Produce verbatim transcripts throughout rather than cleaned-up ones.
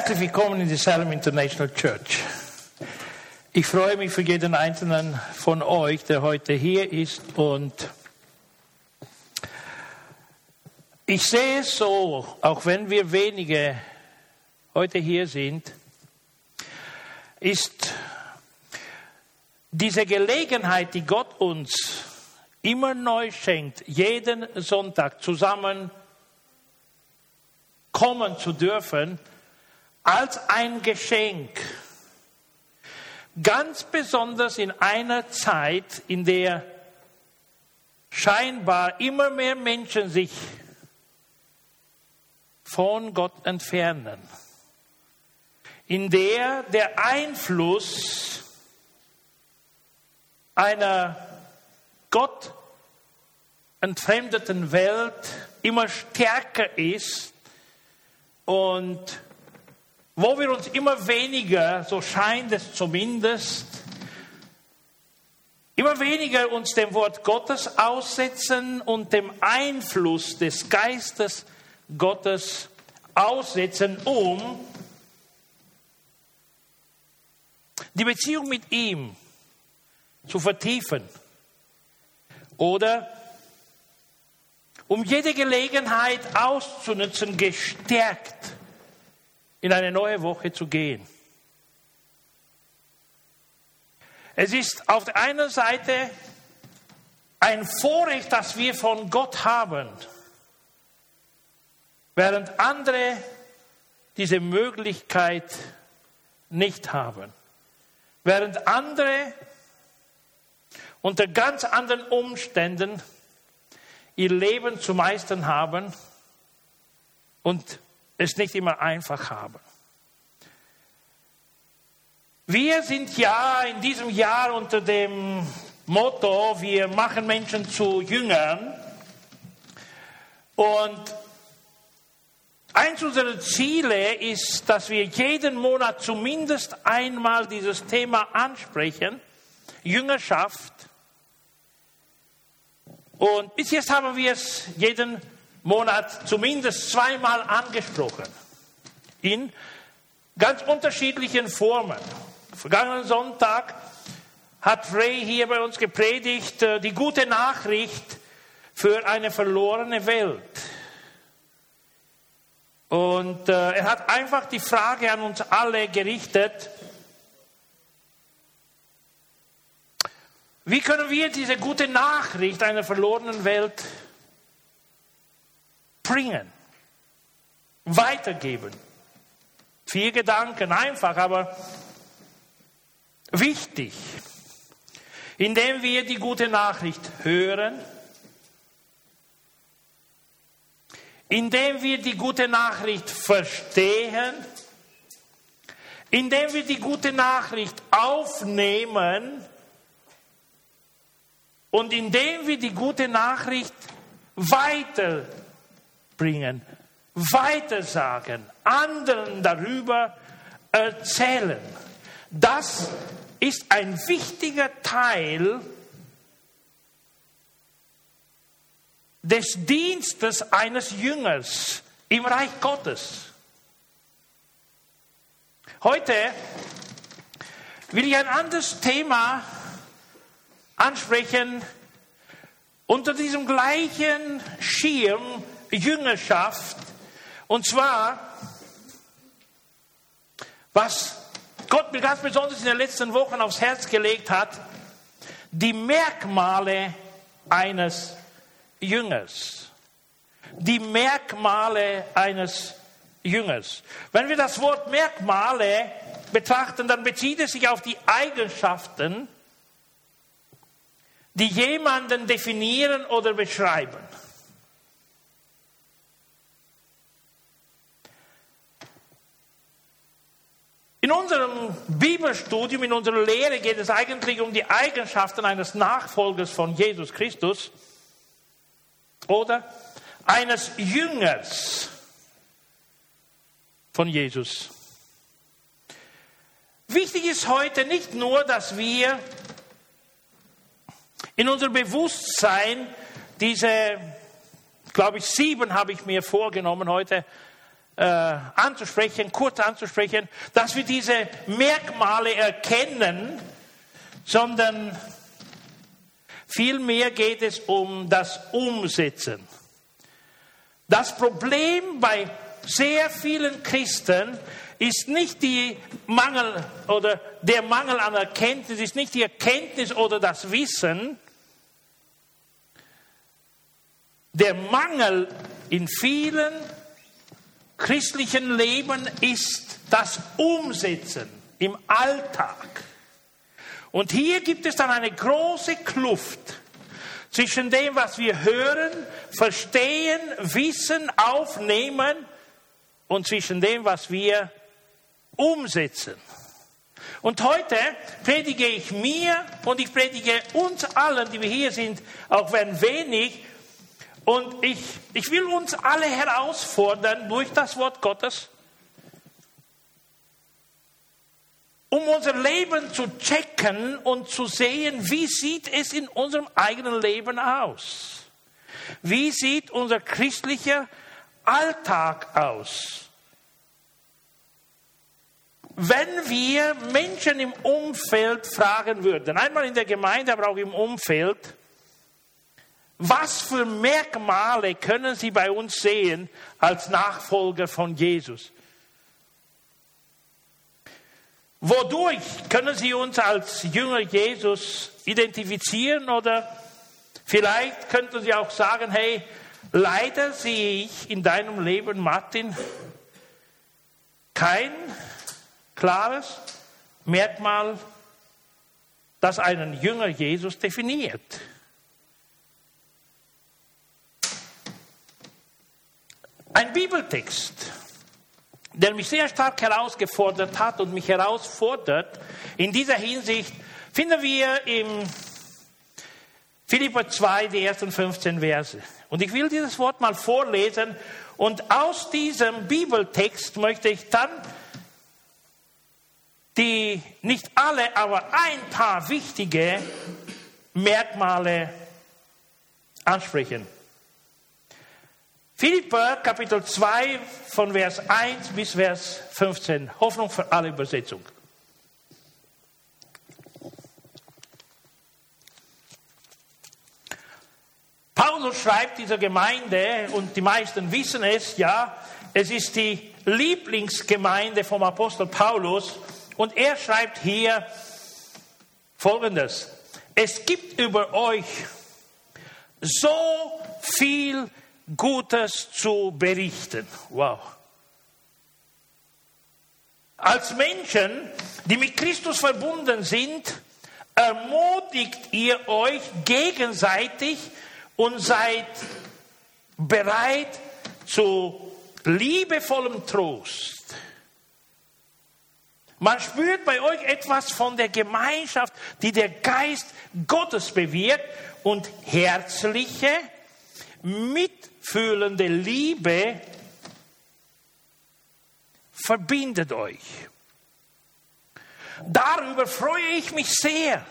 Herzlich willkommen in der Salem International Church. Ich freue mich für jeden einzelnen von euch, der heute hier ist, und ich sehe es so, auch wenn wir wenige heute hier sind, ist diese Gelegenheit, die Gott uns immer neu schenkt, jeden Sonntag zusammen kommen zu dürfen, als ein Geschenk. Ganz besonders in einer Zeit, in der scheinbar immer mehr Menschen sich von Gott entfernen. In der der Einfluss einer Gott entfremdeten Welt immer stärker ist und wo wir uns immer weniger, so scheint es zumindest, immer weniger uns dem Wort Gottes aussetzen und dem Einfluss des Geistes Gottes aussetzen, um die Beziehung mit ihm zu vertiefen oder um jede Gelegenheit auszunutzen, gestärkt in eine neue Woche zu gehen. Es ist auf der einen Seite ein Vorrecht, das wir von Gott haben, während andere diese Möglichkeit nicht haben. Während andere unter ganz anderen Umständen ihr Leben zu meistern haben und es nicht immer einfach haben. Wir sind ja in diesem Jahr unter dem Motto, wir machen Menschen zu Jüngern. Und eins unserer Ziele ist, dass wir jeden Monat zumindest einmal dieses Thema ansprechen, Jüngerschaft. Und bis jetzt haben wir es jeden Monat zumindest zweimal angesprochen. In ganz unterschiedlichen Formen. Vergangenen Sonntag hat Frey hier bei uns gepredigt, die gute Nachricht für eine verlorene Welt. Und äh, er hat einfach die Frage an uns alle gerichtet: Wie können wir diese gute Nachricht einer verlorenen Welt bringen, weitergeben? Vier Gedanken, einfach, aber wichtig. Indem wir die gute Nachricht hören, indem wir die gute Nachricht verstehen, indem wir die gute Nachricht aufnehmen und indem wir die gute Nachricht weiterbringen, weitersagen, anderen darüber erzählen. Das ist ein wichtiger Teil des Dienstes eines Jüngers im Reich Gottes. Heute will ich ein anderes Thema ansprechen unter diesem gleichen Schirm Jüngerschaft. Und zwar, was Gott mir ganz besonders in den letzten Wochen aufs Herz gelegt hat, die Merkmale eines Jüngers. Die Merkmale eines Jüngers. Wenn wir das Wort Merkmale betrachten, dann bezieht es sich auf die Eigenschaften, die jemanden definieren oder beschreiben. In unserem Bibelstudium, in unserer Lehre geht es eigentlich um die Eigenschaften eines Nachfolgers von Jesus Christus oder eines Jüngers von Jesus. Wichtig ist heute nicht nur, dass wir in unserem Bewusstsein diese, glaube ich, sieben habe ich mir vorgenommen heute, äh, anzusprechen, kurz anzusprechen, dass wir diese Merkmale erkennen, sondern vielmehr geht es um das Umsetzen. Das Problem bei sehr vielen Christen ist nicht die Mangel oder der Mangel an Erkenntnis, ist nicht die Erkenntnis oder das Wissen. Der Mangel in vielen christlichen Leben ist das Umsetzen im Alltag. Und hier gibt es dann eine große Kluft zwischen dem, was wir hören, verstehen, wissen, aufnehmen und zwischen dem, was wir umsetzen. Und heute predige ich mir und ich predige uns allen, die wir hier sind, auch wenn wenig. Und ich, ich will uns alle herausfordern durch das Wort Gottes, um unser Leben zu checken und zu sehen, wie sieht es in unserem eigenen Leben aus? Wie sieht unser christlicher Alltag aus? Wenn wir Menschen im Umfeld fragen würden, einmal in der Gemeinde, aber auch im Umfeld, was für Merkmale können Sie bei uns sehen als Nachfolger von Jesus? Wodurch können Sie uns als Jünger Jesus identifizieren? Oder vielleicht könnten Sie auch sagen, hey, leider sehe ich in deinem Leben, Martin, kein klares Merkmal, das einen Jünger Jesus definiert. Ein Bibeltext, der mich sehr stark herausgefordert hat und mich herausfordert, in dieser Hinsicht finden wir im Philipper zwei die ersten fünfzehn Verse. Und ich will dieses Wort mal vorlesen und aus diesem Bibeltext möchte ich dann die, nicht alle, aber ein paar wichtige Merkmale ansprechen. Philipper Kapitel zwei von Vers eins bis Vers fünfzehn. Hoffnung für alle Übersetzung. Paulus schreibt dieser Gemeinde, und die meisten wissen es, ja, es ist die Lieblingsgemeinde vom Apostel Paulus, und er schreibt hier Folgendes: Es gibt über euch so viel Gutes zu berichten. Wow. Als Menschen, die mit Christus verbunden sind, ermutigt ihr euch gegenseitig und seid bereit zu liebevollem Trost. Man spürt bei euch etwas von der Gemeinschaft, die der Geist Gottes bewirkt, und herzliche, mitfühlende Liebe verbindet euch. Darüber freue ich mich sehr.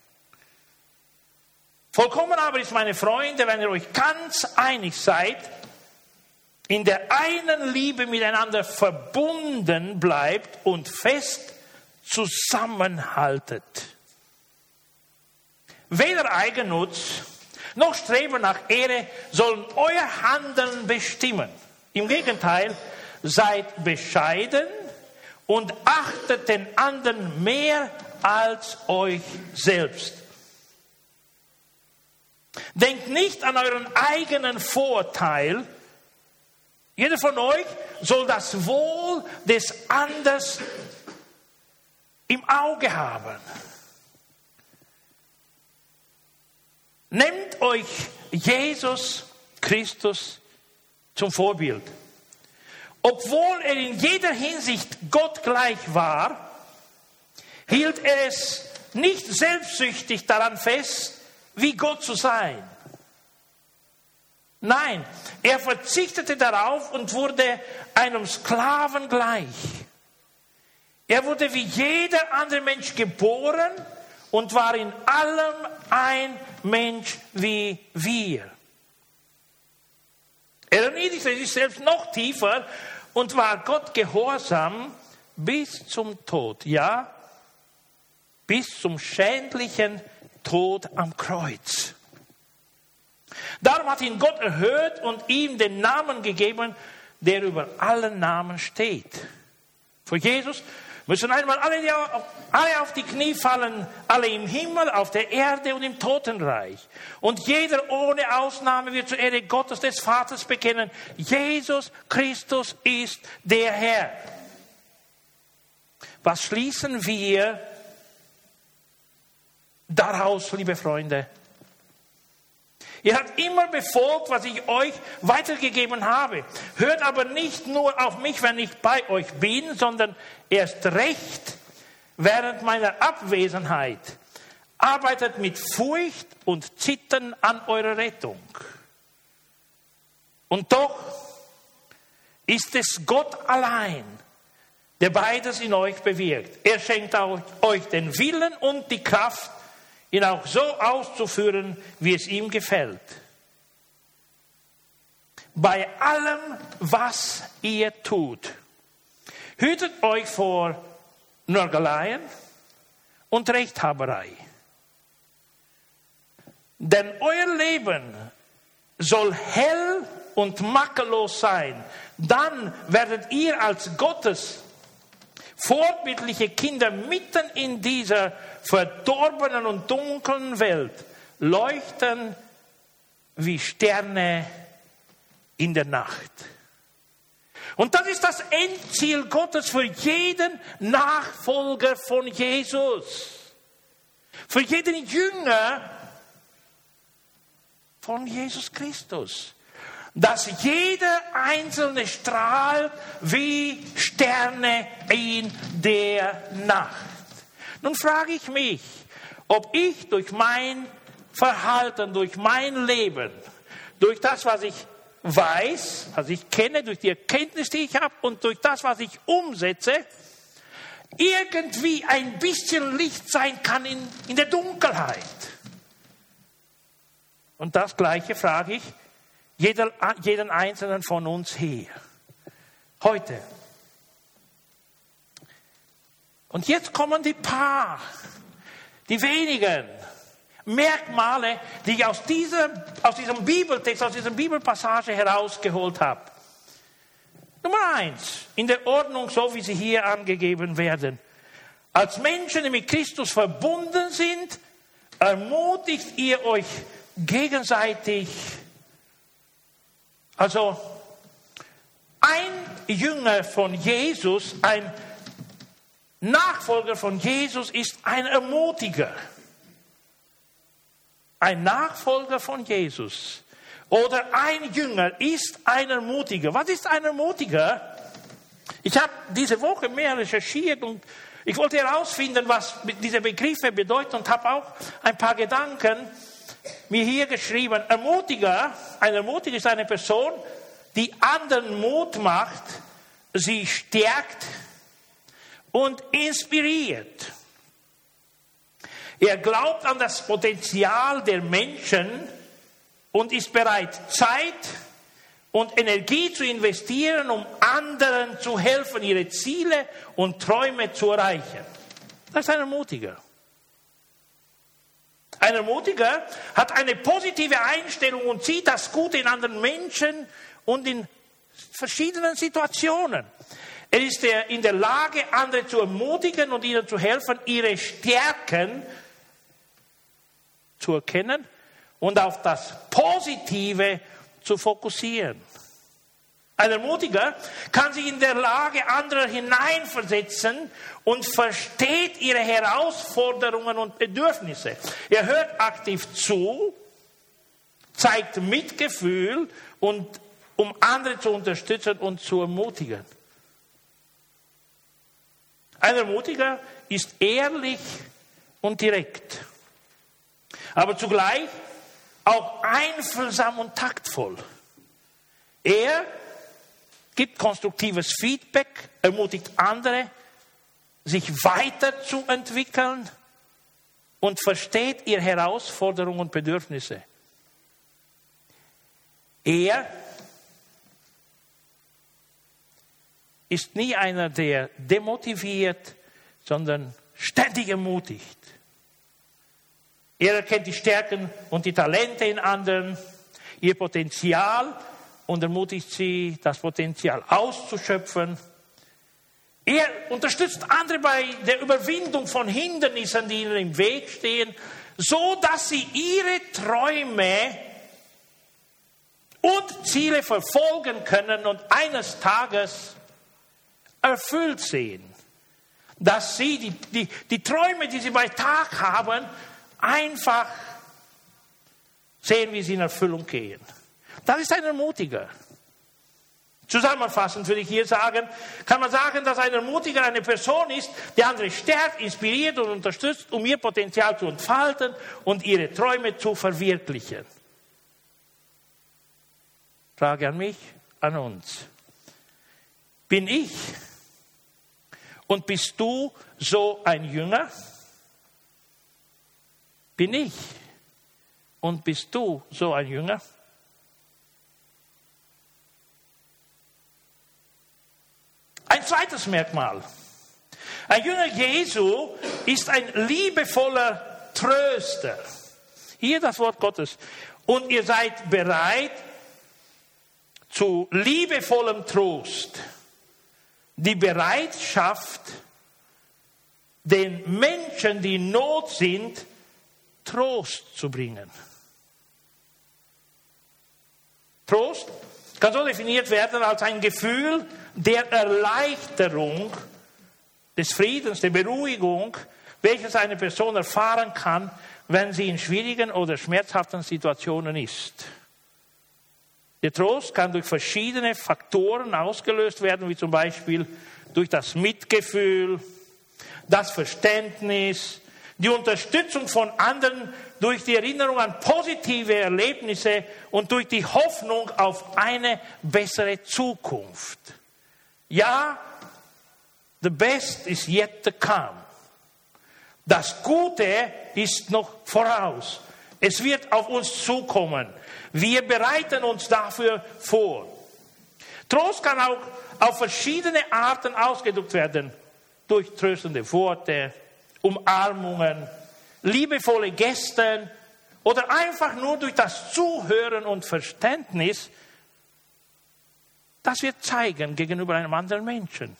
Vollkommen aber ist, meine Freunde, wenn ihr euch ganz einig seid, in der einen Liebe miteinander verbunden bleibt und fest zusammenhaltet. Weder Eigennutz noch Streben nach Ehre sollen euer Handeln bestimmen. Im Gegenteil, seid bescheiden und achtet den anderen mehr als euch selbst. Denkt nicht an euren eigenen Vorteil. Jeder von euch soll das Wohl des anderen im Auge haben. Nehmt euch Jesus Christus zum Vorbild. Obwohl er in jeder Hinsicht Gott gleich war, hielt er es nicht selbstsüchtig daran fest, wie Gott zu sein. Nein, er verzichtete darauf und wurde einem Sklaven gleich. Er wurde wie jeder andere Mensch geboren und war in allem ein Mensch wie wir. Er erniedrigte sich selbst noch tiefer und war Gott gehorsam bis zum Tod. Ja, bis zum schändlichen Tod am Kreuz. Darum hat ihn Gott erhöht und ihm den Namen gegeben, der über allen Namen steht. Vor Jesus müssen einmal alle, alle auf die Knie fallen, alle im Himmel, auf der Erde und im Totenreich. Und jeder ohne Ausnahme wird zur Ehre Gottes des Vaters bekennen, Jesus Christus ist der Herr. Was schließen wir daraus, liebe Freunde? Ihr habt immer befolgt, was ich euch weitergegeben habe. Hört aber nicht nur auf mich, wenn ich bei euch bin, sondern erst recht während meiner Abwesenheit. Arbeitet mit Furcht und Zittern an eurer Rettung. Und doch ist es Gott allein, der beides in euch bewirkt. Er schenkt euch den Willen und die Kraft, ihn auch so auszuführen, wie es ihm gefällt. Bei allem, was ihr tut, hütet euch vor Nörgeleien und Rechthaberei. Denn euer Leben soll hell und makellos sein. Dann werdet ihr als Gottes vorbildliche Kinder mitten in dieser verdorbenen und dunklen Welt leuchten wie Sterne in der Nacht. Und das ist das Endziel Gottes für jeden Nachfolger von Jesus. Für jeden Jünger von Jesus Christus. Dass jeder Einzelne strahlt wie Sterne in der Nacht. Nun frage ich mich, ob ich durch mein Verhalten, durch mein Leben, durch das, was ich weiß, was ich kenne, durch die Erkenntnis, die ich habe und durch das, was ich umsetze, irgendwie ein bisschen Licht sein kann in, in der Dunkelheit. Und das Gleiche frage ich jeder, jeden Einzelnen von uns hier. Heute. Und jetzt kommen die paar, die wenigen Merkmale, die ich aus, dieser, aus diesem Bibeltext, aus dieser Bibelpassage herausgeholt habe. Nummer eins, in der Ordnung, so wie sie hier angegeben werden. Als Menschen, die mit Christus verbunden sind, ermutigt ihr euch gegenseitig. Also, ein Jünger von Jesus, ein Nachfolger von Jesus ist ein Ermutiger. Ein Nachfolger von Jesus oder ein Jünger ist ein Ermutiger. Was ist ein Ermutiger? Ich habe diese Woche mehr recherchiert und ich wollte herausfinden, was diese Begriffe bedeuten und habe auch ein paar Gedanken mir hier geschrieben. Ermutiger, ein Ermutiger ist eine Person, die anderen Mut macht, sie stärkt und inspiriert. Er glaubt an das Potenzial der Menschen und ist bereit, Zeit und Energie zu investieren, um anderen zu helfen, ihre Ziele und Träume zu erreichen. Das ist ein Ermutiger. Ein Ermutiger hat eine positive Einstellung und sieht das Gute in anderen Menschen und in verschiedenen Situationen. Er ist in der Lage, andere zu ermutigen und ihnen zu helfen, ihre Stärken zu erkennen und auf das Positive zu fokussieren. Ein Ermutiger kann sich in der Lage anderer hineinversetzen und versteht ihre Herausforderungen und Bedürfnisse. Er hört aktiv zu, zeigt Mitgefühl, und, um andere zu unterstützen und zu ermutigen. Ein Ermutiger ist ehrlich und direkt, aber zugleich auch einfühlsam und taktvoll. Er gibt konstruktives Feedback, ermutigt andere, sich weiterzuentwickeln und versteht ihre Herausforderungen und Bedürfnisse. Er ist nie einer, der demotiviert, sondern ständig ermutigt. Er erkennt die Stärken und die Talente in anderen, ihr Potenzial und ermutigt sie, das Potenzial auszuschöpfen. Er unterstützt andere bei der Überwindung von Hindernissen, die ihnen im Weg stehen, so dass sie ihre Träume und Ziele verfolgen können und eines Tages erfüllt sehen. Dass sie die, die, die Träume, die sie bei Tag haben, einfach sehen, wie sie in Erfüllung gehen. Das ist ein Ermutiger. Zusammenfassend würde ich hier sagen, kann man sagen, dass ein Ermutiger eine Person ist, die andere stärkt, inspiriert und unterstützt, um ihr Potenzial zu entfalten und ihre Träume zu verwirklichen. Frage an mich, an uns. Bin ich und bist du so ein Jünger? Bin ich und bist du so ein Jünger? Ein zweites Merkmal. Ein Jünger Jesu ist ein liebevoller Tröster. Hier das Wort Gottes. Und ihr seid bereit zu liebevollem Trost. Die Bereitschaft, den Menschen, die in Not sind, Trost zu bringen. Trost kann so definiert werden als ein Gefühl der Erleichterung, des Friedens, der Beruhigung, welches eine Person erfahren kann, wenn sie in schwierigen oder schmerzhaften Situationen ist. Der Trost kann durch verschiedene Faktoren ausgelöst werden, wie zum Beispiel durch das Mitgefühl, das Verständnis, die Unterstützung von anderen durch die Erinnerung an positive Erlebnisse und durch die Hoffnung auf eine bessere Zukunft. Ja, the best is yet to come. Das Gute ist noch voraus. Es wird auf uns zukommen. Wir bereiten uns dafür vor. Trost kann auch auf verschiedene Arten ausgedrückt werden. Durch tröstende Worte, Umarmungen, liebevolle Gesten oder einfach nur durch das Zuhören und Verständnis, das wir zeigen gegenüber einem anderen Menschen.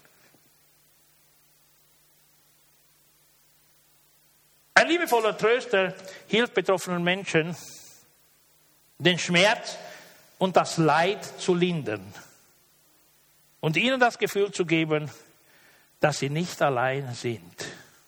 Ein liebevoller Tröster hilft betroffenen Menschen, den Schmerz und das Leid zu lindern und ihnen das Gefühl zu geben, dass sie nicht allein sind.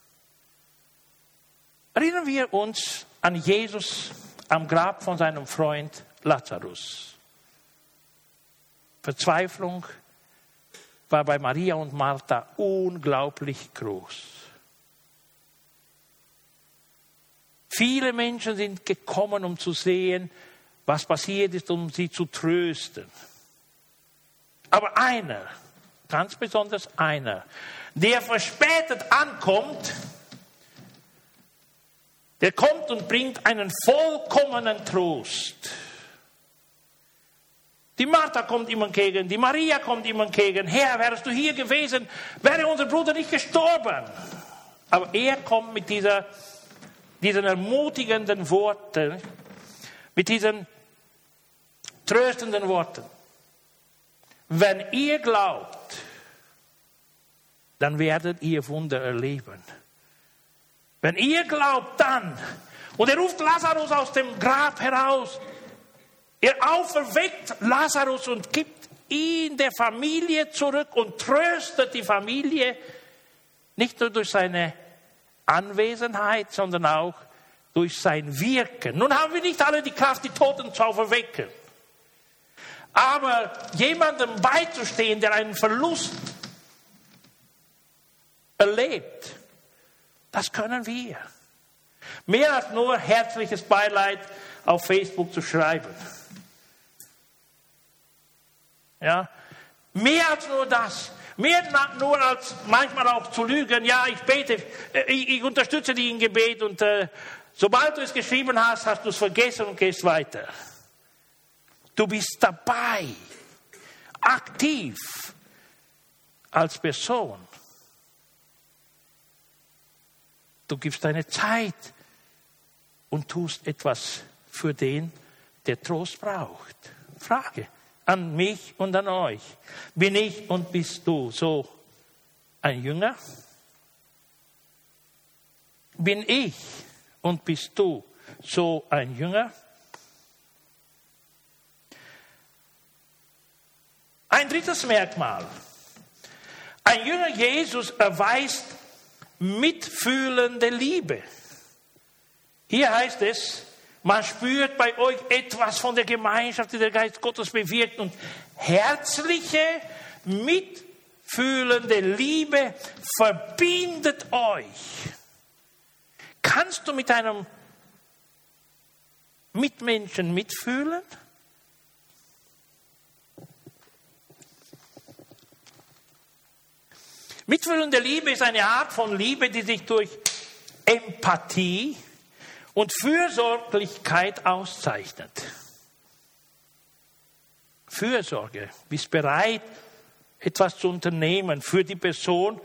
Erinnern wir uns an Jesus am Grab von seinem Freund Lazarus. Verzweiflung war bei Maria und Martha unglaublich groß. Viele Menschen sind gekommen, um zu sehen, was passiert ist, um sie zu trösten. Aber einer, ganz besonders einer, der verspätet ankommt, der kommt und bringt einen vollkommenen Trost. Die Martha kommt ihm entgegen, die Maria kommt ihm entgegen. Herr, wärst du hier gewesen, wäre unser Bruder nicht gestorben. Aber er kommt mit dieser, diesen ermutigenden Worten, mit diesen tröstenden Worten. Wenn ihr glaubt, dann werdet ihr Wunder erleben. Wenn ihr glaubt, dann. Und er ruft Lazarus aus dem Grab heraus. Er auferweckt Lazarus und gibt ihn der Familie zurück und tröstet die Familie nicht nur durch seine Anwesenheit, sondern auch durch sein Wirken. Nun haben wir nicht alle die Kraft, die Toten zu auferwecken. Aber jemandem beizustehen, der einen Verlust erlebt, das können wir. Mehr als nur herzliches Beileid auf Facebook zu schreiben. Ja, mehr als nur das. Mehr nur als manchmal auch zu lügen. Ja, ich bete, ich, ich unterstütze dich im Gebet und äh, sobald du es geschrieben hast, hast du es vergessen und gehst weiter. Du bist dabei, aktiv, als Person. Du gibst deine Zeit und tust etwas für den, der Trost braucht. Frage an mich und an euch. Bin ich und bist du so ein Jünger? Bin ich und bist du so ein Jünger? Ein drittes Merkmal. Ein Jünger Jesus erweist mitfühlende Liebe. Hier heißt es, man spürt bei euch etwas von der Gemeinschaft, die der Geist Gottes bewirkt. Und herzliche, mitfühlende Liebe verbindet euch. Kannst du mit einem Mitmenschen mitfühlen? Mitfühlende Liebe ist eine Art von Liebe, die sich durch Empathie und Fürsorglichkeit auszeichnet. Fürsorge, bist bereit, etwas zu unternehmen, für die Person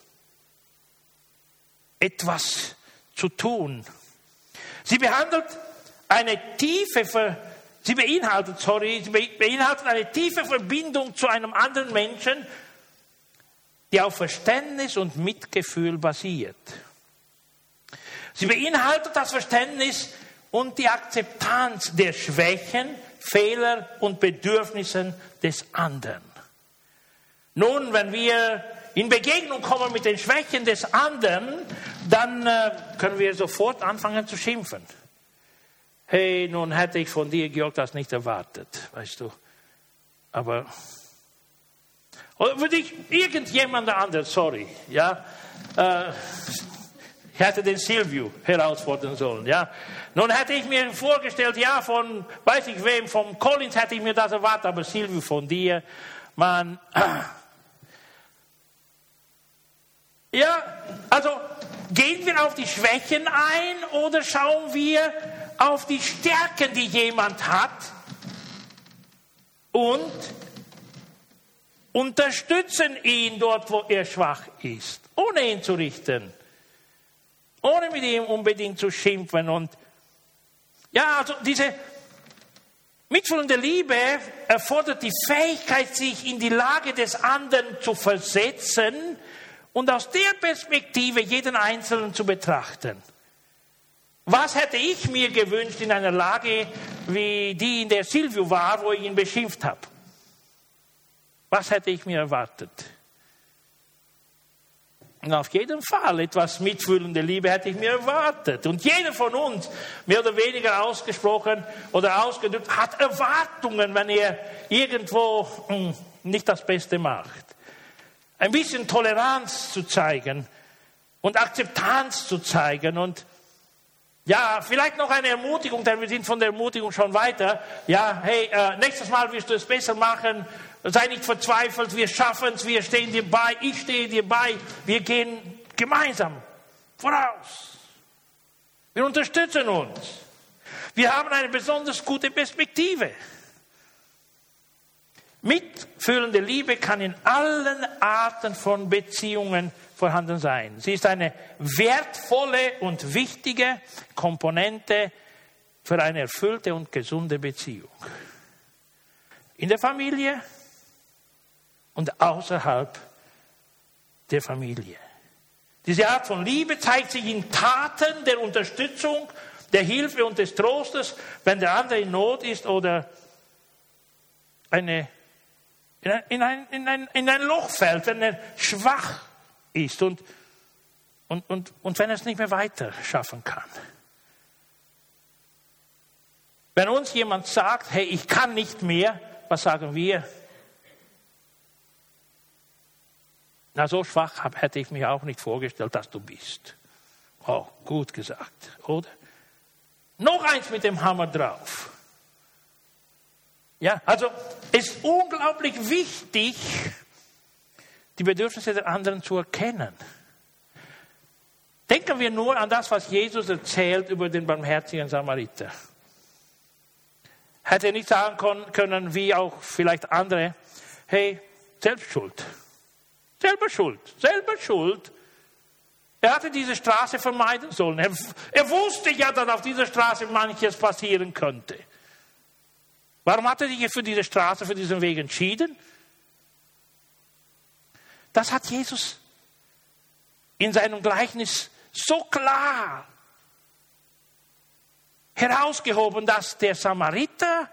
etwas zu tun. Sie behandelt eine tiefe, sie beinhaltet, sorry, sie beinhaltet eine tiefe Verbindung zu einem anderen Menschen, die auf Verständnis und Mitgefühl basiert. Sie beinhaltet das Verständnis und die Akzeptanz der Schwächen, Fehler und Bedürfnissen des anderen. Nun, wenn wir in Begegnung kommen mit den Schwächen des anderen, dann äh, können wir sofort anfangen zu schimpfen. Hey, nun hätte ich von dir, Georg, das nicht erwartet, weißt du. Aber oder würde ich irgendjemand anderes, sorry, ja, äh, ich hätte den Silvio herausfordern sollen, ja. Nun hätte ich mir vorgestellt, ja, von, weiß ich wem, vom Collins hätte ich mir das erwartet, aber Silvio von dir, man, ja, also gehen wir auf die Schwächen ein oder schauen wir auf die Stärken, die jemand hat und unterstützen ihn dort, wo er schwach ist, ohne ihn zu richten, ohne mit ihm unbedingt zu schimpfen. Und ja, also diese mitfühlende Liebe erfordert die Fähigkeit, sich in die Lage des anderen zu versetzen und aus der Perspektive jeden Einzelnen zu betrachten. Was hätte ich mir gewünscht in einer Lage, wie die, in der Silvio war, wo ich ihn beschimpft habe? Was hätte ich mir erwartet? Und auf jeden Fall etwas mitfühlende Liebe hätte ich mir erwartet. Und jeder von uns, mehr oder weniger ausgesprochen oder ausgedrückt, hat Erwartungen, wenn er irgendwo mh, nicht das Beste macht. Ein bisschen Toleranz zu zeigen und Akzeptanz zu zeigen und ja, vielleicht noch eine Ermutigung, denn wir sind von der Ermutigung schon weiter. Ja, hey, äh, nächstes Mal wirst du es besser machen. Sei nicht verzweifelt, wir schaffen es, wir stehen dir bei, ich stehe dir bei. Wir gehen gemeinsam voraus. Wir unterstützen uns. Wir haben eine besonders gute Perspektive. Mitfühlende Liebe kann in allen Arten von Beziehungen vorhanden sein. Sie ist eine wertvolle und wichtige Komponente für eine erfüllte und gesunde Beziehung. In der Familie und außerhalb der Familie. Diese Art von Liebe zeigt sich in Taten der Unterstützung, der Hilfe und des Trostes, wenn der andere in Not ist oder eine, in, ein, in, ein, in, ein, in ein Loch fällt, wenn er schwach ist und, und, und, und wenn er es nicht mehr weiter schaffen kann. Wenn uns jemand sagt, hey, ich kann nicht mehr, was sagen wir? Na, so schwach hätte ich mir auch nicht vorgestellt, dass du bist. Oh, gut gesagt, oder? Noch eins mit dem Hammer drauf. Ja, also es ist unglaublich wichtig, die Bedürfnisse der anderen zu erkennen. Denken wir nur an das, was Jesus erzählt über den barmherzigen Samariter. Hätte er nicht sagen können, wie auch vielleicht andere, hey, Selbstschuld. Selber schuld, selber schuld. Er hatte diese Straße vermeiden sollen. Er, er wusste ja, dass auf dieser Straße manches passieren könnte. Warum hat er sich für diese Straße, für diesen Weg entschieden? Das hat Jesus in seinem Gleichnis so klar herausgehoben, dass der Samariter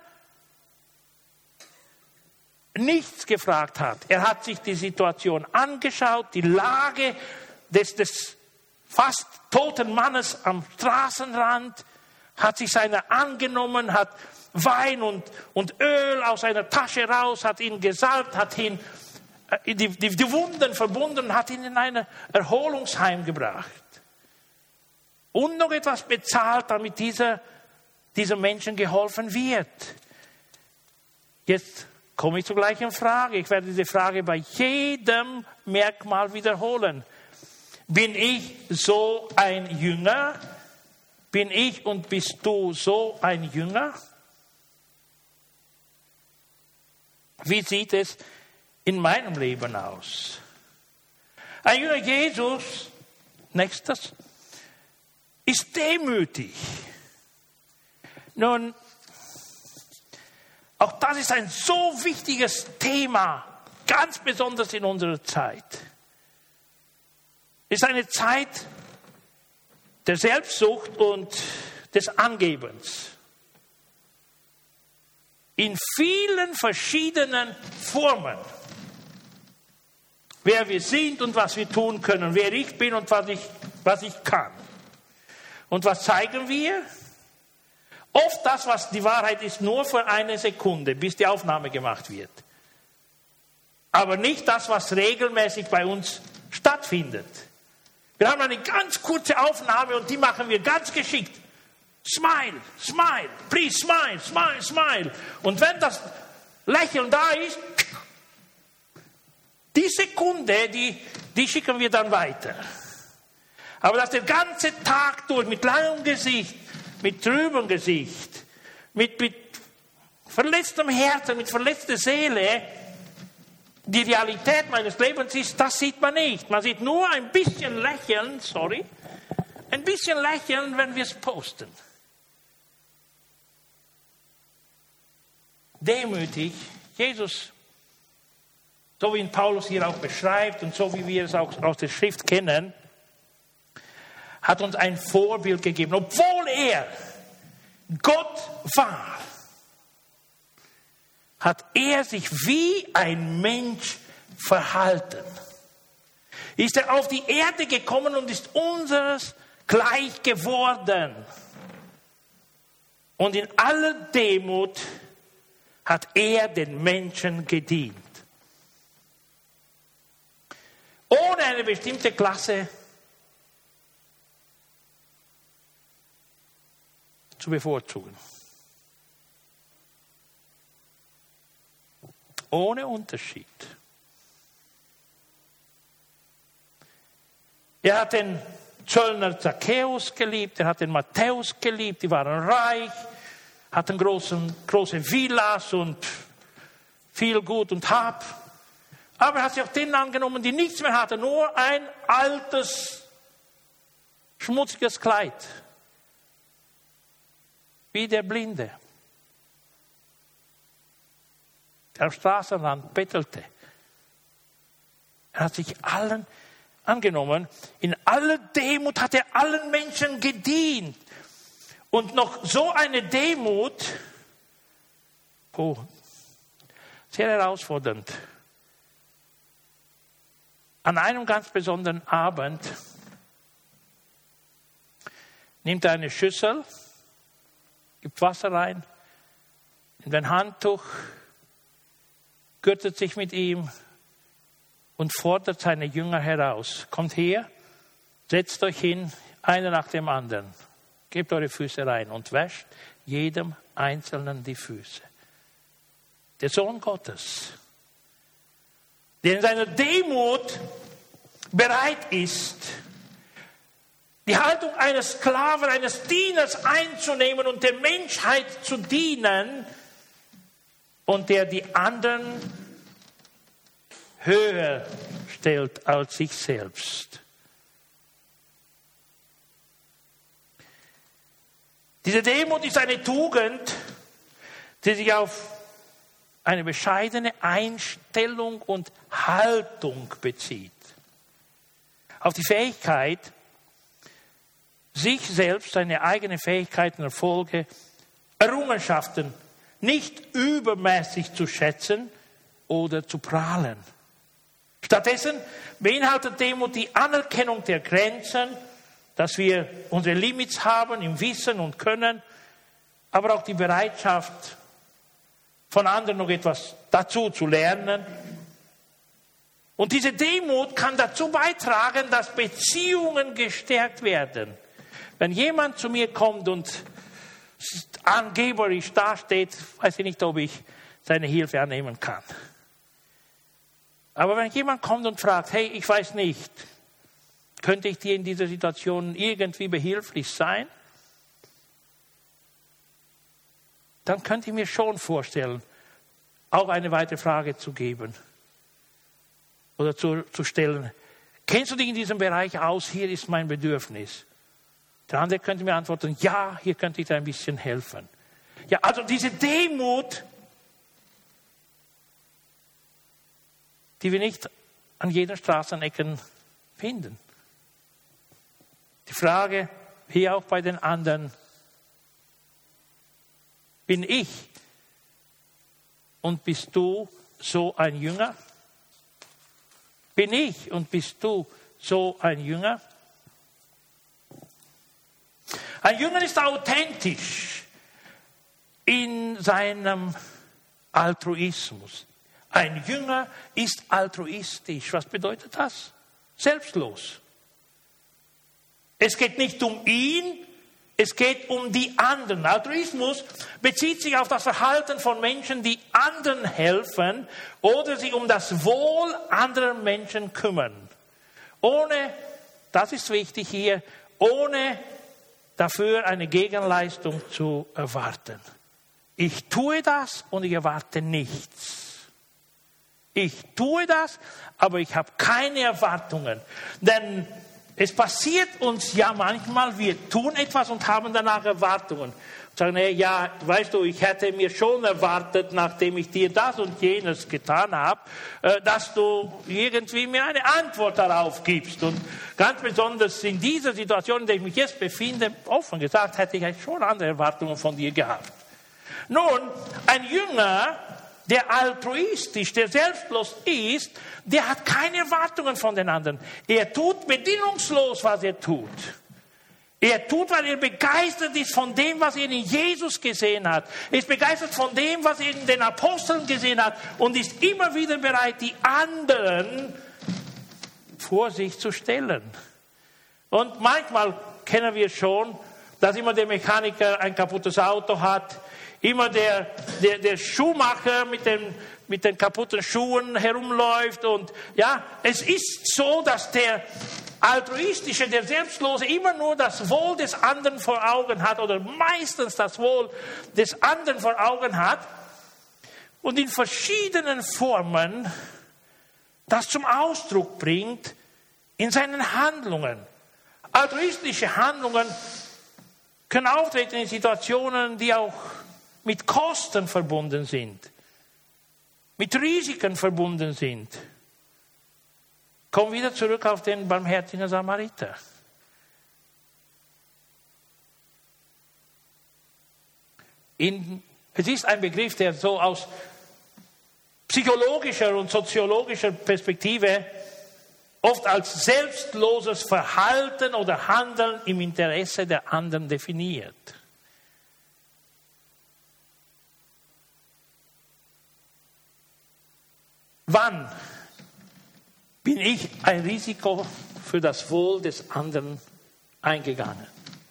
nichts gefragt hat. Er hat sich die Situation angeschaut, die Lage des, des fast toten Mannes am Straßenrand, hat sich seiner angenommen, hat Wein und, und Öl aus seiner Tasche raus, hat ihn gesalbt, hat ihn die, die, die Wunden verbunden, hat ihn in ein Erholungsheim gebracht. Und noch etwas bezahlt, damit dieser, diesem Menschen geholfen wird. Jetzt komme ich zur gleichen Frage. Ich werde diese Frage bei jedem Merkmal wiederholen. Bin ich so ein Jünger? Bin ich und bist du so ein Jünger? Wie sieht es in meinem Leben aus? Ein Jünger Jesus, nächstes, ist demütig. Nun, auch das ist ein so wichtiges Thema, ganz besonders in unserer Zeit. Es ist eine Zeit der Selbstsucht und des Angebens. In vielen verschiedenen Formen. Wer wir sind und was wir tun können, wer ich bin und was ich, was ich kann. Und was zeigen wir? Oft das, was die Wahrheit ist, nur für eine Sekunde, bis die Aufnahme gemacht wird. Aber nicht das, was regelmäßig bei uns stattfindet. Wir haben eine ganz kurze Aufnahme und die machen wir ganz geschickt. Smile, smile, please smile, smile, smile. Und wenn das Lächeln da ist, die Sekunde, die, die schicken wir dann weiter. Aber dass der ganze Tag durch mit langem Gesicht, mit trübem Gesicht, mit, mit verletztem Herzen, mit verletzter Seele, die Realität meines Lebens ist, das sieht man nicht. Man sieht nur ein bisschen Lächeln, sorry, ein bisschen Lächeln, wenn wir es posten. Demütig, Jesus, so wie ihn Paulus hier auch beschreibt und so wie wir es auch aus der Schrift kennen, hat uns ein Vorbild gegeben. Obwohl er Gott war, hat er sich wie ein Mensch verhalten. Ist er auf die Erde gekommen und ist unseres gleich geworden. Und in aller Demut hat er den Menschen gedient. Ohne eine bestimmte Klasse zu bevorzugen. Ohne Unterschied. Er hat den Zöllner Zachäus geliebt, er hat den Matthäus geliebt, die waren reich, hatten großen, große Villas und viel Gut und Hab. Aber er hat sich auch denen angenommen, die nichts mehr hatten, nur ein altes, schmutziges Kleid. Wie der Blinde, der am Straßenrand bettelte. Er hat sich allen angenommen. In aller Demut hat er allen Menschen gedient. Und noch so eine Demut, oh, sehr herausfordernd. An einem ganz besonderen Abend nimmt er eine Schüssel, gibt Wasser rein, nimmt ein Handtuch, gürtet sich mit ihm und fordert seine Jünger heraus. Kommt her, setzt euch hin, einer nach dem anderen. Gebt eure Füße rein und wäscht jedem Einzelnen die Füße. Der Sohn Gottes, der in seiner Demut bereit ist, die Haltung eines Sklaven, eines Dieners einzunehmen und der Menschheit zu dienen und der die anderen höher stellt als sich selbst. Diese Demut ist eine Tugend, die sich auf eine bescheidene Einstellung und Haltung bezieht. Auf die Fähigkeit, sich selbst, seine eigenen Fähigkeiten, Erfolge, Errungenschaften nicht übermäßig zu schätzen oder zu prahlen. Stattdessen beinhaltet Demut die Anerkennung der Grenzen, dass wir unsere Limits haben im Wissen und Können, aber auch die Bereitschaft, von anderen noch etwas dazu zu lernen. Und diese Demut kann dazu beitragen, dass Beziehungen gestärkt werden. Wenn jemand zu mir kommt und angeberisch dasteht, weiß ich nicht, ob ich seine Hilfe annehmen kann. Aber wenn jemand kommt und fragt, hey, ich weiß nicht, könnte ich dir in dieser Situation irgendwie behilflich sein? Dann könnte ich mir schon vorstellen, auch eine weitere Frage zu geben oder zu, zu stellen. Kennst du dich in diesem Bereich aus? Hier ist mein Bedürfnis. Der andere könnte mir antworten, ja, hier könnte ich dir ein bisschen helfen. Ja, also diese Demut, die wir nicht an jeder Straßenecken finden. Die Frage hier auch bei den anderen, bin ich und bist du so ein Jünger? Bin ich und bist du so ein Jünger? Ein Jünger ist authentisch in seinem Altruismus. Ein Jünger ist altruistisch. Was bedeutet das? Selbstlos. Es geht nicht um ihn, es geht um die anderen. Altruismus bezieht sich auf das Verhalten von Menschen, die anderen helfen oder sich um das Wohl anderer Menschen kümmern. Ohne, das ist wichtig hier, ohne dafür eine Gegenleistung zu erwarten. Ich tue das und ich erwarte nichts. Ich tue das, aber ich habe keine Erwartungen. Denn es passiert uns ja manchmal, wir tun etwas und haben danach Erwartungen. Und sagen, hey, ja, weißt du, ich hätte mir schon erwartet, nachdem ich dir das und jenes getan habe, dass du irgendwie mir eine Antwort darauf gibst. Und ganz besonders in dieser Situation, in der ich mich jetzt befinde, offen gesagt, hätte ich schon andere Erwartungen von dir gehabt. Nun, ein Jünger, der altruistisch, der selbstlos ist, der hat keine Erwartungen von den anderen. Er tut bedingungslos, was er tut. Er tut, weil er begeistert ist von dem, was er in Jesus gesehen hat. Er ist begeistert von dem, was er in den Aposteln gesehen hat und ist immer wieder bereit, die anderen vor sich zu stellen. Und manchmal kennen wir schon, dass immer der Mechaniker ein kaputtes Auto hat, immer der, der, der Schuhmacher mit den, mit den kaputten Schuhen herumläuft. Und ja, es ist so, dass der Altruistische, der Selbstlose immer nur das Wohl des anderen vor Augen hat oder meistens das Wohl des anderen vor Augen hat und in verschiedenen Formen das zum Ausdruck bringt in seinen Handlungen. Altruistische Handlungen können auftreten in Situationen, die auch mit Kosten verbunden sind, mit Risiken verbunden sind. Kommen wir wieder zurück auf den barmherzigen Samariter. In, es ist ein Begriff, der so aus psychologischer und soziologischer Perspektive oft als selbstloses Verhalten oder Handeln im Interesse der anderen definiert. Wann bin ich ein Risiko für das Wohl des anderen eingegangen?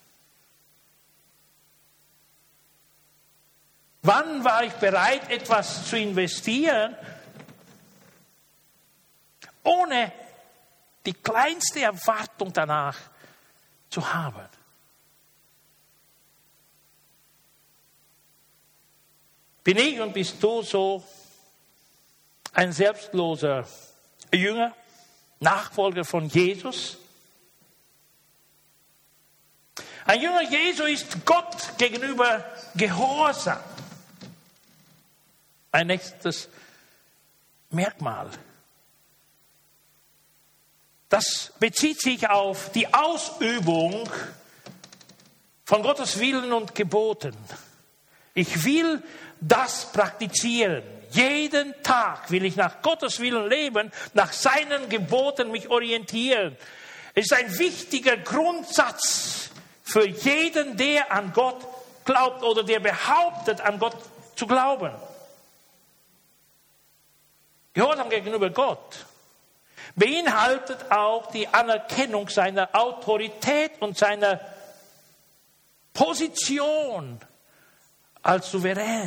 Wann war ich bereit, etwas zu investieren, ohne die kleinste Erwartung danach zu haben? Bin ich und bist du so ein selbstloser Jünger, Nachfolger von Jesus. Ein Jünger Jesu ist Gott gegenüber gehorsam. Ein nächstes Merkmal. Das bezieht sich auf die Ausübung von Gottes Willen und Geboten. Ich will das praktizieren. Jeden Tag will ich nach Gottes Willen leben, nach seinen Geboten mich orientieren. Es ist ein wichtiger Grundsatz für jeden, der an Gott glaubt oder der behauptet, an Gott zu glauben. Gehorsam gegenüber Gott beinhaltet auch die Anerkennung seiner Autorität und seiner Position als Souverän,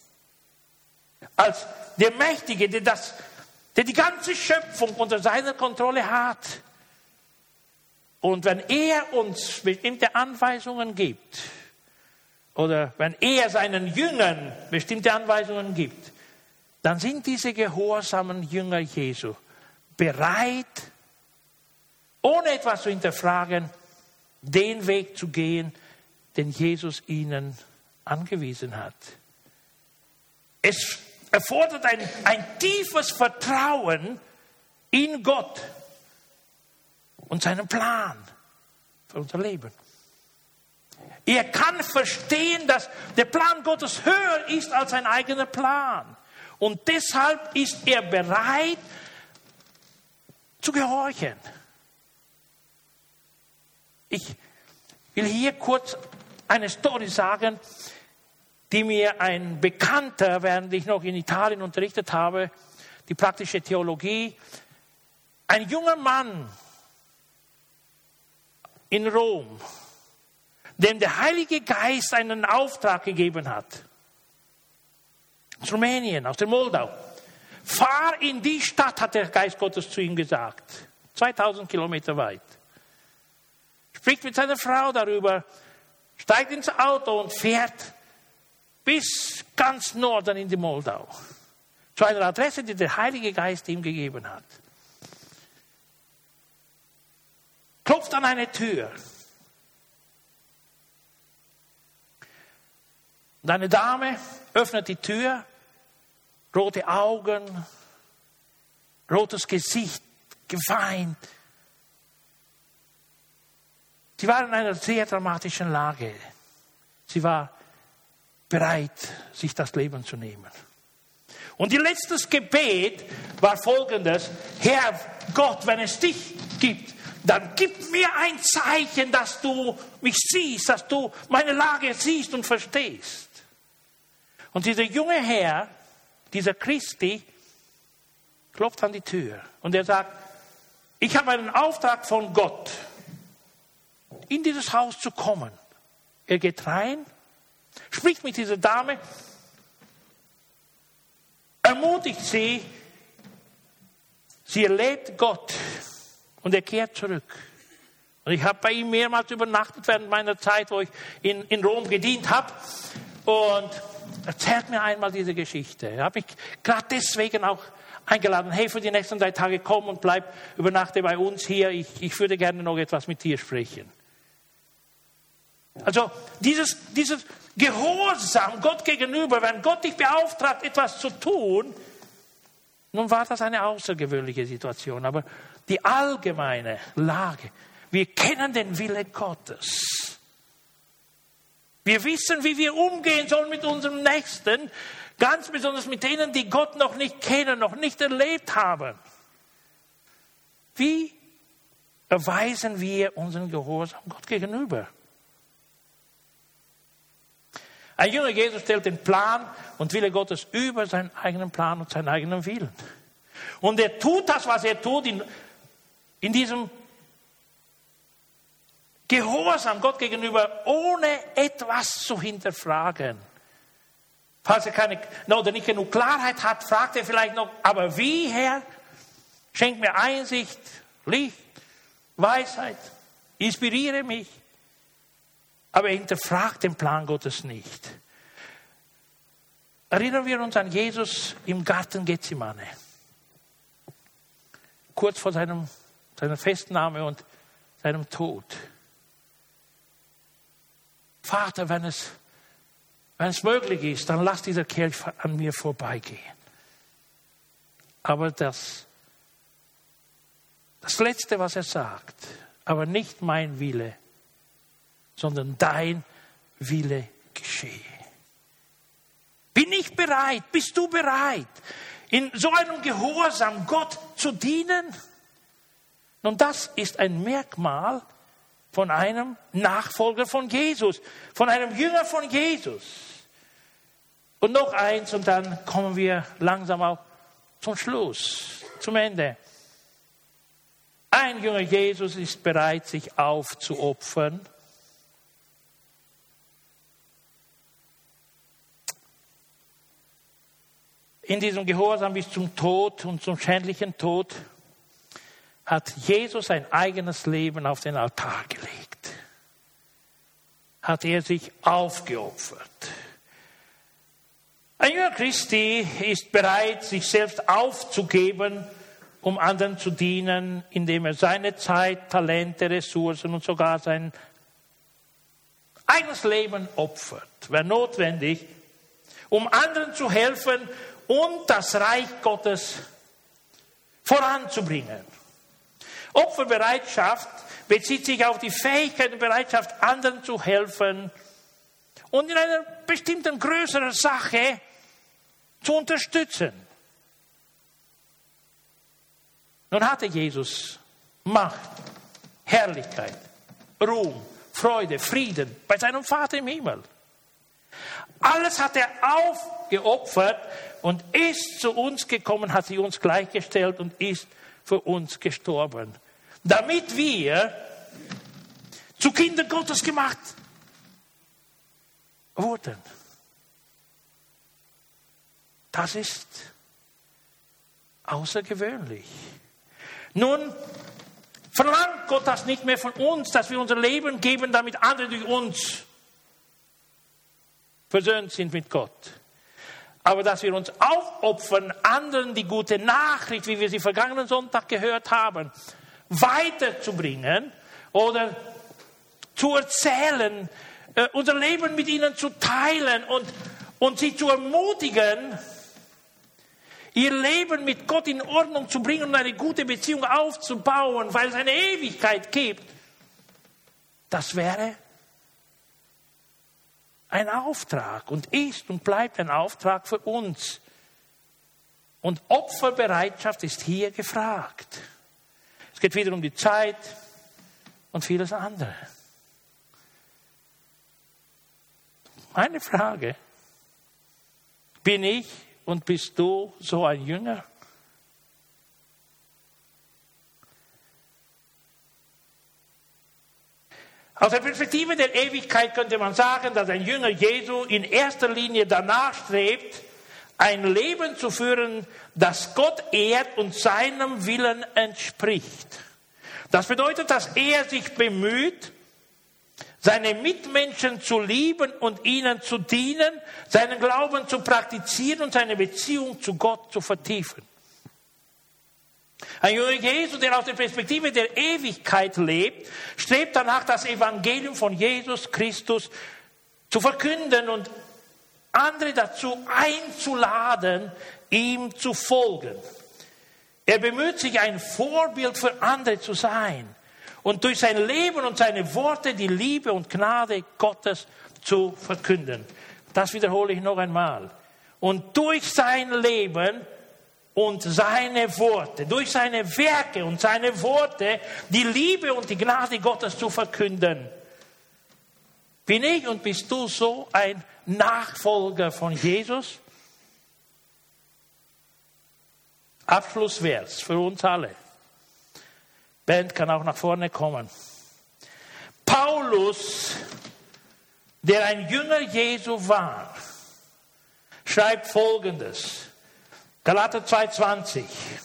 als der Mächtige, der, das, der die ganze Schöpfung unter seiner Kontrolle hat. Und wenn er uns bestimmte Anweisungen gibt, oder wenn er seinen Jüngern bestimmte Anweisungen gibt, dann sind diese gehorsamen Jünger Jesu bereit, ohne etwas zu hinterfragen, den Weg zu gehen, den Jesus ihnen angewiesen hat. Es erfordert ein, ein tiefes Vertrauen in Gott und seinen Plan für unser Leben. Er kann verstehen, dass der Plan Gottes höher ist als sein eigener Plan. Und deshalb ist er bereit zu gehorchen. Ich will hier kurz eine Story sagen, die mir ein Bekannter, während ich noch in Italien unterrichtet habe, die praktische Theologie, ein junger Mann in Rom, dem der Heilige Geist einen Auftrag gegeben hat, aus Rumänien, aus der Moldau. Fahr in die Stadt, hat der Geist Gottes zu ihm gesagt. zweitausend Kilometer weit. Spricht mit seiner Frau darüber, steigt ins Auto und fährt bis ganz Norden in die Moldau. Zu einer Adresse, die der Heilige Geist ihm gegeben hat. Klopft an eine Tür. Und eine Dame öffnet die Tür, rote Augen, rotes Gesicht, geweint. Sie war in einer sehr dramatischen Lage. Sie war bereit, sich das Leben zu nehmen. Und ihr letztes Gebet war folgendes: Herr Gott, wenn es dich gibt, dann gib mir ein Zeichen, dass du mich siehst, dass du meine Lage siehst und verstehst. Und dieser junge Herr, dieser Christi, klopft an die Tür und er sagt, ich habe einen Auftrag von Gott, in dieses Haus zu kommen. Er geht rein, spricht mit dieser Dame, ermutigt sie, sie erlebt Gott und er kehrt zurück. Und ich habe bei ihm mehrmals übernachtet während meiner Zeit, wo ich in, in Rom gedient habe. Und erzählt mir einmal diese Geschichte. Ich habe mich gerade deswegen auch eingeladen, hey, für die nächsten drei Tage komm und bleib, übernachte bei uns hier. Ich, ich würde gerne noch etwas mit dir sprechen. Also dieses, dieses Gehorsam Gott gegenüber, wenn Gott dich beauftragt, etwas zu tun, nun war das eine außergewöhnliche Situation, aber die allgemeine Lage, wir kennen den Willen Gottes. Wir wissen, wie wir umgehen sollen mit unserem Nächsten, ganz besonders mit denen, die Gott noch nicht kennen, noch nicht erlebt haben. Wie erweisen wir unseren Gehorsam Gott gegenüber? Ein Jünger Jesus stellt den Plan und Wille Gottes über seinen eigenen Plan und seinen eigenen Willen. Und er tut das, was er tut, in, in diesem Gehorsam Gott gegenüber, ohne etwas zu hinterfragen. Falls er keine oder nicht genug Klarheit hat, fragt er vielleicht noch, aber wie, Herr? Schenk mir Einsicht, Licht, Weisheit, inspiriere mich. Aber er hinterfragt den Plan Gottes nicht. Erinnern wir uns an Jesus im Garten Gethsemane. kurz vor seinem, seiner Festnahme und seinem Tod. Vater, wenn es, wenn es möglich ist, dann lass dieser Kelch an mir vorbeigehen. Aber das, das Letzte, was er sagt, aber nicht mein Wille, sondern dein Wille geschehe. Bin ich bereit? Bist du bereit, in so einem Gehorsam Gott zu dienen? Nun, das ist ein Merkmal von einem Nachfolger von Jesus, von einem Jünger von Jesus. Und noch eins, und dann kommen wir langsam auch zum Schluss, zum Ende. Ein Jünger Jesus ist bereit, sich aufzuopfern. In diesem Gehorsam bis zum Tod und zum schändlichen Tod hat Jesus sein eigenes Leben auf den Altar gelegt. Hat er sich aufgeopfert. Ein Jünger Christi ist bereit, sich selbst aufzugeben, um anderen zu dienen, indem er seine Zeit, Talente, Ressourcen und sogar sein eigenes Leben opfert, wenn notwendig, um anderen zu helfen und das Reich Gottes voranzubringen. Opferbereitschaft bezieht sich auf die Fähigkeit und Bereitschaft, anderen zu helfen und in einer bestimmten größeren Sache zu unterstützen. Nun hatte Jesus Macht, Herrlichkeit, Ruhm, Freude, Frieden bei seinem Vater im Himmel. Alles hat er aufgeopfert und ist zu uns gekommen, hat sich uns gleichgestellt und ist für uns gestorben. Damit wir zu Kindern Gottes gemacht wurden. Das ist außergewöhnlich. Nun verlangt Gott das nicht mehr von uns, dass wir unser Leben geben, damit andere durch uns versöhnt sind mit Gott. Aber dass wir uns aufopfern, anderen die gute Nachricht, wie wir sie vergangenen Sonntag gehört haben, weiterzubringen oder zu erzählen, äh, unser Leben mit ihnen zu teilen und, und sie zu ermutigen, ihr Leben mit Gott in Ordnung zu bringen und eine gute Beziehung aufzubauen, weil es eine Ewigkeit gibt. Das wäre ein Auftrag und ist und bleibt ein Auftrag für uns. Und Opferbereitschaft ist hier gefragt. Es geht wieder um die Zeit und vieles andere. Meine Frage, bin ich und bist du so ein Jünger? Aus der Perspektive der Ewigkeit könnte man sagen, dass ein Jünger Jesu in erster Linie danach strebt, ein Leben zu führen, das Gott ehrt und seinem Willen entspricht. Das bedeutet, dass er sich bemüht, seine Mitmenschen zu lieben und ihnen zu dienen, seinen Glauben zu praktizieren und seine Beziehung zu Gott zu vertiefen. Ein Jünger Jesu, der aus der Perspektive der Ewigkeit lebt, strebt danach, das Evangelium von Jesus Christus zu verkünden und andere dazu einzuladen, ihm zu folgen. Er bemüht sich, ein Vorbild für andere zu sein und durch sein Leben und seine Worte die Liebe und Gnade Gottes zu verkünden. Das wiederhole ich noch einmal. Und durch sein Leben und seine Worte, durch seine Werke und seine Worte die Liebe und die Gnade Gottes zu verkünden. Bin ich und bist du so ein Nachfolger von Jesus? Abschlussvers für uns alle. Band kann auch nach vorne kommen. Paulus, der ein Jünger Jesu war, schreibt Folgendes. Galater zwei zwanzig.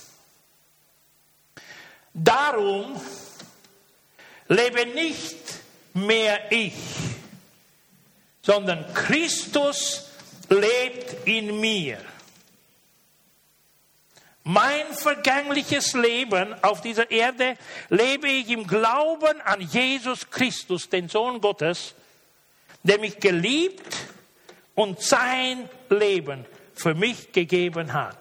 Darum lebe nicht mehr ich, sondern Christus lebt in mir. Mein vergängliches Leben auf dieser Erde lebe ich im Glauben an Jesus Christus, den Sohn Gottes, der mich geliebt und sein Leben für mich gegeben hat.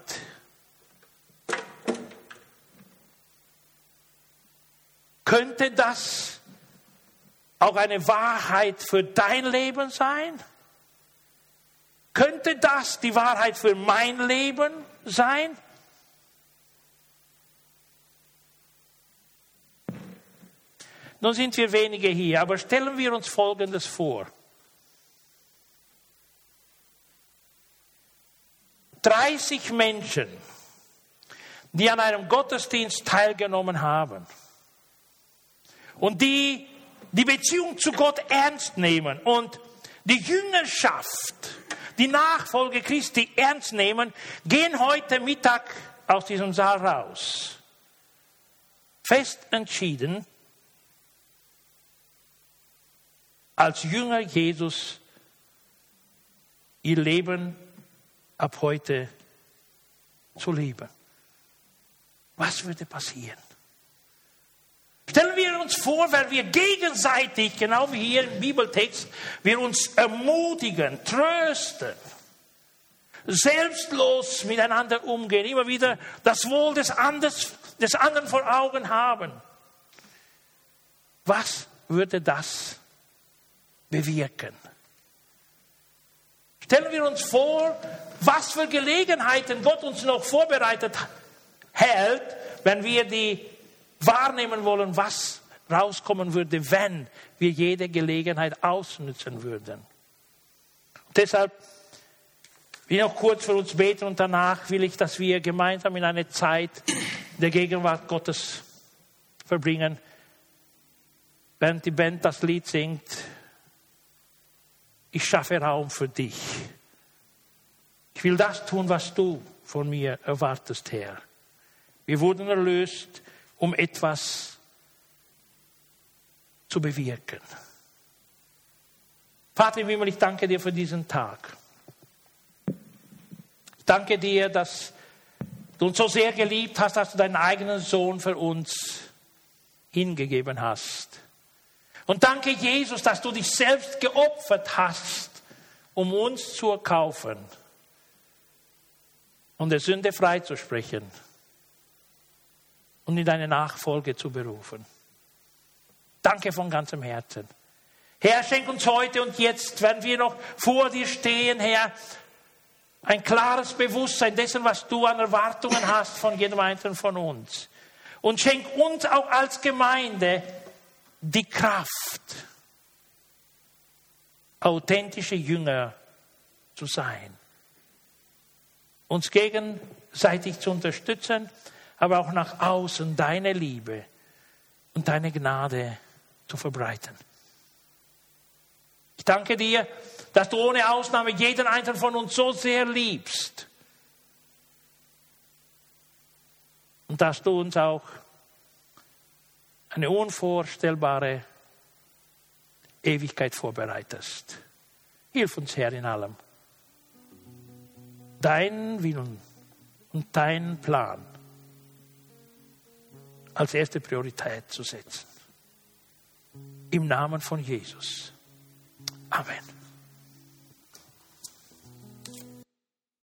Könnte das auch eine Wahrheit für dein Leben sein? Könnte das die Wahrheit für mein Leben sein? Nun sind wir wenige hier, aber stellen wir uns Folgendes vor. dreißig Menschen, die an einem Gottesdienst teilgenommen haben und die die Beziehung zu Gott ernst nehmen und die Jüngerschaft, die Nachfolge Christi ernst nehmen, gehen heute Mittag aus diesem Saal raus. Fest entschieden, als Jünger Jesus ihr Leben ab heute zu leben. Was würde passieren? Stellen wir uns vor, wenn wir gegenseitig, genau wie hier im Bibeltext, wir uns ermutigen, trösten, selbstlos miteinander umgehen, immer wieder das Wohl des anderen, des anderen vor Augen haben. Was würde das bewirken? Stellen wir uns vor, was für Gelegenheiten Gott uns noch vorbereitet hält, wenn wir die wahrnehmen wollen, was rauskommen würde, wenn wir jede Gelegenheit ausnutzen würden. Und deshalb will ich noch kurz für uns beten und danach will ich, dass wir gemeinsam in eine Zeit der Gegenwart Gottes verbringen. Während die Band das Lied singt, ich schaffe Raum für dich. Ich will das tun, was du von mir erwartest, Herr. Wir wurden erlöst, um etwas zu bewirken. Vater im Himmel, ich danke dir für diesen Tag. Ich danke dir, dass du uns so sehr geliebt hast, dass du deinen eigenen Sohn für uns hingegeben hast. Und danke, Jesus, dass du dich selbst geopfert hast, um uns zu erkaufen und der Sünde freizusprechen und in deine Nachfolge zu berufen. Danke von ganzem Herzen. Herr, schenk uns heute und jetzt, wenn wir noch vor dir stehen, Herr, ein klares Bewusstsein dessen, was du an Erwartungen hast von jedem Einzelnen von uns. Und schenk uns auch als Gemeinde die Kraft, authentische Jünger zu sein. Uns gegenseitig zu unterstützen, aber auch nach außen deine Liebe und deine Gnade zu verbreiten. Ich danke dir, dass du ohne Ausnahme jeden Einzelnen von uns so sehr liebst. Und dass du uns auch eine unvorstellbare Ewigkeit vorbereitest. Hilf uns, Herr, in allem. Dein Willen und dein Plan als erste Priorität zu setzen. Im Namen von Jesus. Amen.